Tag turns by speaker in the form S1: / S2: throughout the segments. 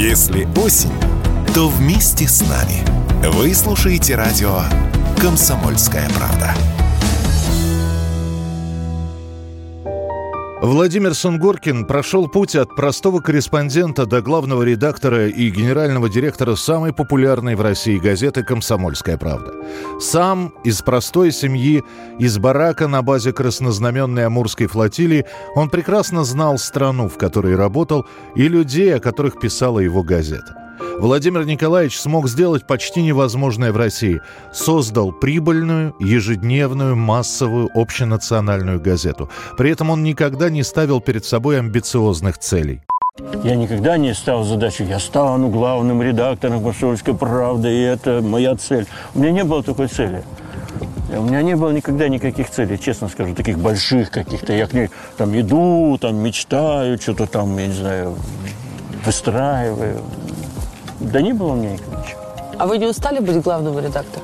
S1: Если осень, то вместе с нами. Вы слушаете радио «Комсомольская правда».
S2: Владимир Сунгоркин прошел путь от простого корреспондента до главного редактора и генерального директора самой популярной в России газеты «Комсомольская правда». Сам из простой семьи, из барака на базе краснознаменной Амурской флотилии, он прекрасно знал страну, в которой работал, и людей, о которых писала его газета. Владимир Николаевич смог сделать почти невозможное в России. Создал прибыльную, ежедневную, массовую, общенациональную газету. При этом он никогда не ставил перед собой амбициозных целей.
S3: Я никогда не ставил задачу, я стану главным редактором «Комсомольской правды», и это моя цель. У меня не было такой цели. У меня не было никогда никаких целей, честно скажу, таких больших каких-то. Я к ней там иду, там мечтаю, что-то там, я не знаю, выстраиваю. Да не было у меня никакого.
S4: А вы не устали быть главным редактором?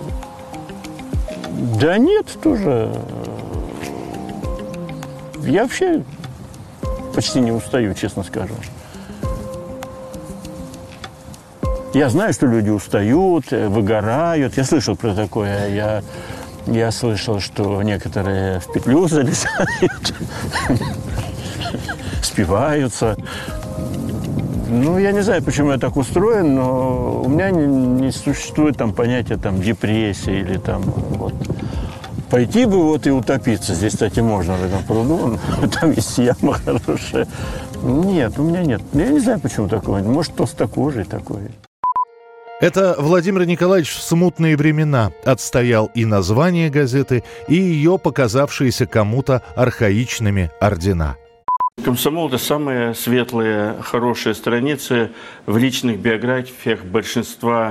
S3: Да нет, тоже. Я вообще почти не устаю, честно скажу. Я знаю, что люди устают, выгорают. Я слышал про такое. Я слышал, что некоторые в петлю залезают, спиваются. Ну, я не знаю, почему я так устроен, но у меня не существует там понятия там депрессии или там вот. Пойти бы вот и утопиться. Здесь, кстати, можно в этом пруду. Там есть яма хорошая. Нет, у меня нет. Я не знаю, почему такое. Может, толстокожий такой.
S2: Это Владимир Николаевич в смутные времена отстоял и название газеты, и ее показавшиеся кому-то архаичными ордена.
S3: «Комсомол» – это самые светлые, хорошие страницы в личных биографиях большинства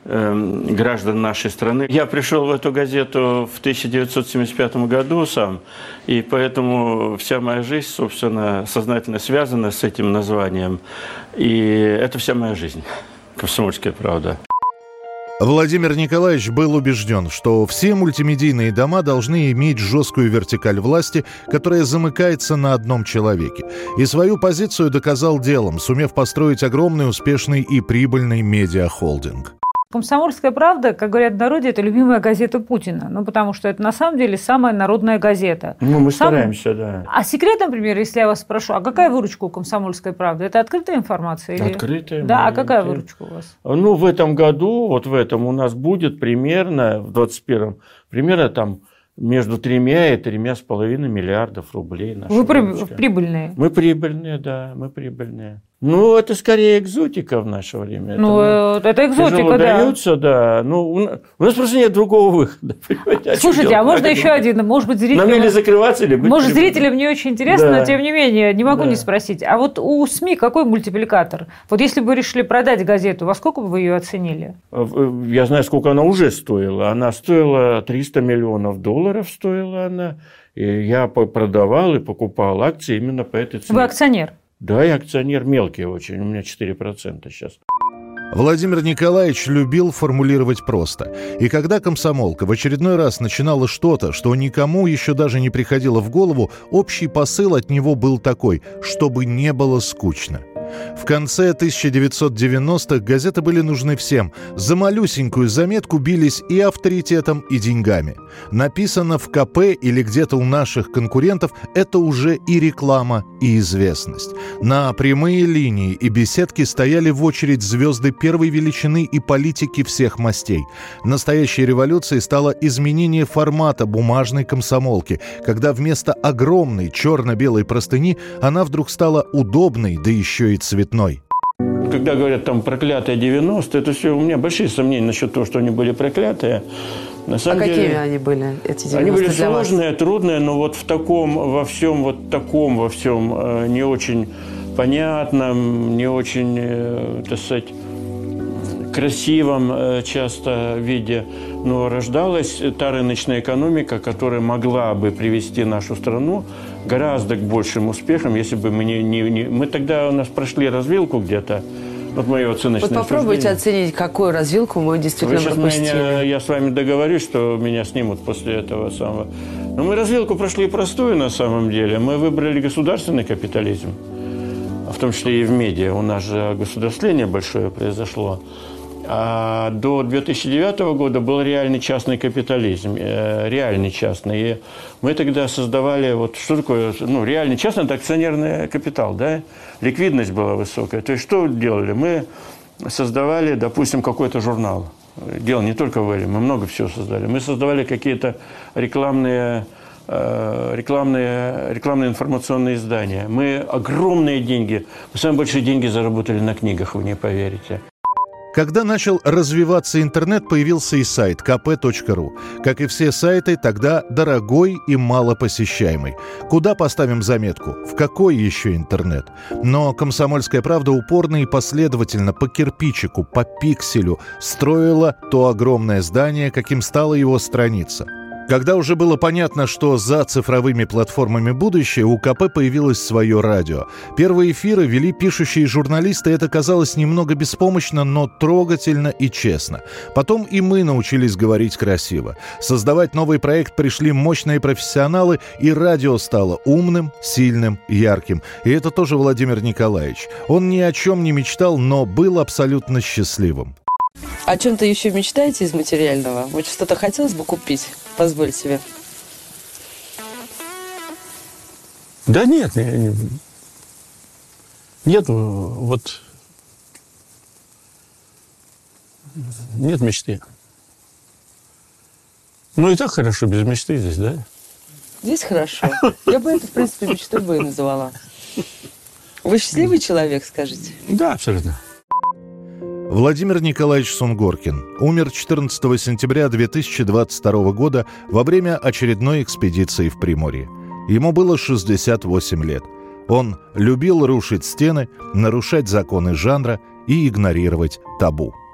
S3: граждан нашей страны. Я пришел в эту газету в 1975 году сам, и поэтому вся моя жизнь, собственно, сознательно связана с этим названием. И это вся моя жизнь. «Комсомольская правда».
S2: Владимир Николаевич был убежден, что все мультимедийные дома должны иметь жесткую вертикаль власти, которая замыкается на одном человеке. И свою позицию доказал делом, сумев построить огромный, успешный и прибыльный медиахолдинг.
S5: «Комсомольская правда», как говорят в народе, это любимая газета Путина. Ну, потому что это на самом деле самая народная газета.
S3: Ну, мы стараемся, да.
S5: А секрет, например, если я вас спрошу, а какая выручка у «Комсомольской правды»? Это открытая информация? Или...
S3: Открытая.
S5: Да, а какая выручка у вас?
S3: Ну, в этом году, вот в этом у нас будет примерно, в 2021, примерно там между 3 и 3,5 миллиардов рублей.
S5: Вы прибыльные?
S3: Мы прибыльные, да, мы прибыльные. Ну, это скорее экзотика в наше время.
S5: Ну, это экзотика, да.
S3: Удается, да. Ну, у нас просто нет другого выхода.
S5: Слушайте, а можно еще один? Может быть, зрителям...
S3: Нам или закрываться, или быть...
S5: Может, зрителям не очень интересно,
S3: да.
S5: Но тем не менее, не могу не спросить. А вот у СМИ какой мультипликатор? Вот если бы вы решили продать газету, во сколько бы вы ее оценили?
S3: Я знаю, сколько она уже стоила. Она стоила $300 миллионов, стоила она. И я продавал и покупал акции именно по этой цене.
S5: Вы акционер?
S3: Да, я акционер мелкий очень, у меня 4% сейчас.
S2: Владимир Николаевич любил формулировать просто. И когда «Комсомолка» в очередной раз начинала что-то, что никому еще даже не приходило в голову, общий посыл от него был такой: чтобы не было скучно. В конце 1990-х газеты были нужны всем. За малюсенькую заметку бились и авторитетом, и деньгами. Написано в КП или где-то у наших конкурентов – это уже и реклама, и известность. На прямые линии и беседки стояли в очередь звезды первой величины и политики всех мастей. Настоящей революцией стало изменение формата бумажной «Комсомолки», когда вместо огромной черно-белой простыни она вдруг стала удобной, да еще и цветной.
S3: Когда говорят там проклятые 90-е, это все, у меня большие сомнения насчет того, что они были проклятые. На самом деле,
S4: какими они были, эти 90-е?
S3: Они были
S4: для
S3: сложные,
S4: вас?
S3: трудные, но вот в таком, во всем не очень понятном, не очень, так сказать, красивом часто виде, но рождалась та рыночная экономика, которая могла бы привести нашу страну гораздо к большим успехам, если бы мы мы тогда у нас прошли развилку где-то. Вот мое оценочное
S4: Вот попробуйте оценить, какую развилку мы действительно пропустили.
S3: Я с вами договорюсь, что меня снимут после этого самого. Но мы развилку прошли простую на самом деле. Мы выбрали государственный капитализм. в том числе и в медиа. У нас же государствление большое произошло. А до 2009 года был реальный частный капитализм, реальный частный. И мы тогда создавали, вот что такое, реальный частный – это акционерный капитал, да? Ликвидность была высокая. То есть что делали? Мы создавали, допустим, какой-то журнал. Дело не только в Эле, мы много всего создали. Мы создавали какие-то рекламные информационные издания. Мы огромные деньги, мы самые большие деньги заработали на книгах, вы не поверите.
S2: Когда начал развиваться интернет, появился и сайт kp.ru. Как и все сайты, тогда дорогой и малопосещаемый. Куда поставим заметку? В какой еще интернет? Но «Комсомольская правда» упорно и последовательно по кирпичику, по пикселю строила то огромное здание, каким стала его страница. Когда уже было понятно, что за цифровыми платформами будущее, у КП появилось свое радио. Первые эфиры вели пишущие журналисты, это казалось немного беспомощно, но трогательно и честно. Потом и мы научились говорить красиво. Создавать новый проект пришли мощные профессионалы, и радио стало умным, сильным, ярким. И это тоже Владимир Николаевич. Он ни о чем не мечтал, но был абсолютно счастливым.
S4: О чем-то еще мечтаете из материального? Вот что-то хотелось бы купить? Позволь себе.
S3: Да нет, нет, вот нет мечты. Ну и так хорошо, без мечты здесь, да?
S4: Здесь хорошо. Я бы это, в принципе, мечтой бы и называла. Вы счастливый человек, скажите?
S3: Да, абсолютно.
S2: Владимир Николаевич Сунгоркин умер 14 сентября 2022 года во время очередной экспедиции в Приморье. Ему было 68 лет. Он любил рушить стены, нарушать законы жанра и игнорировать табу.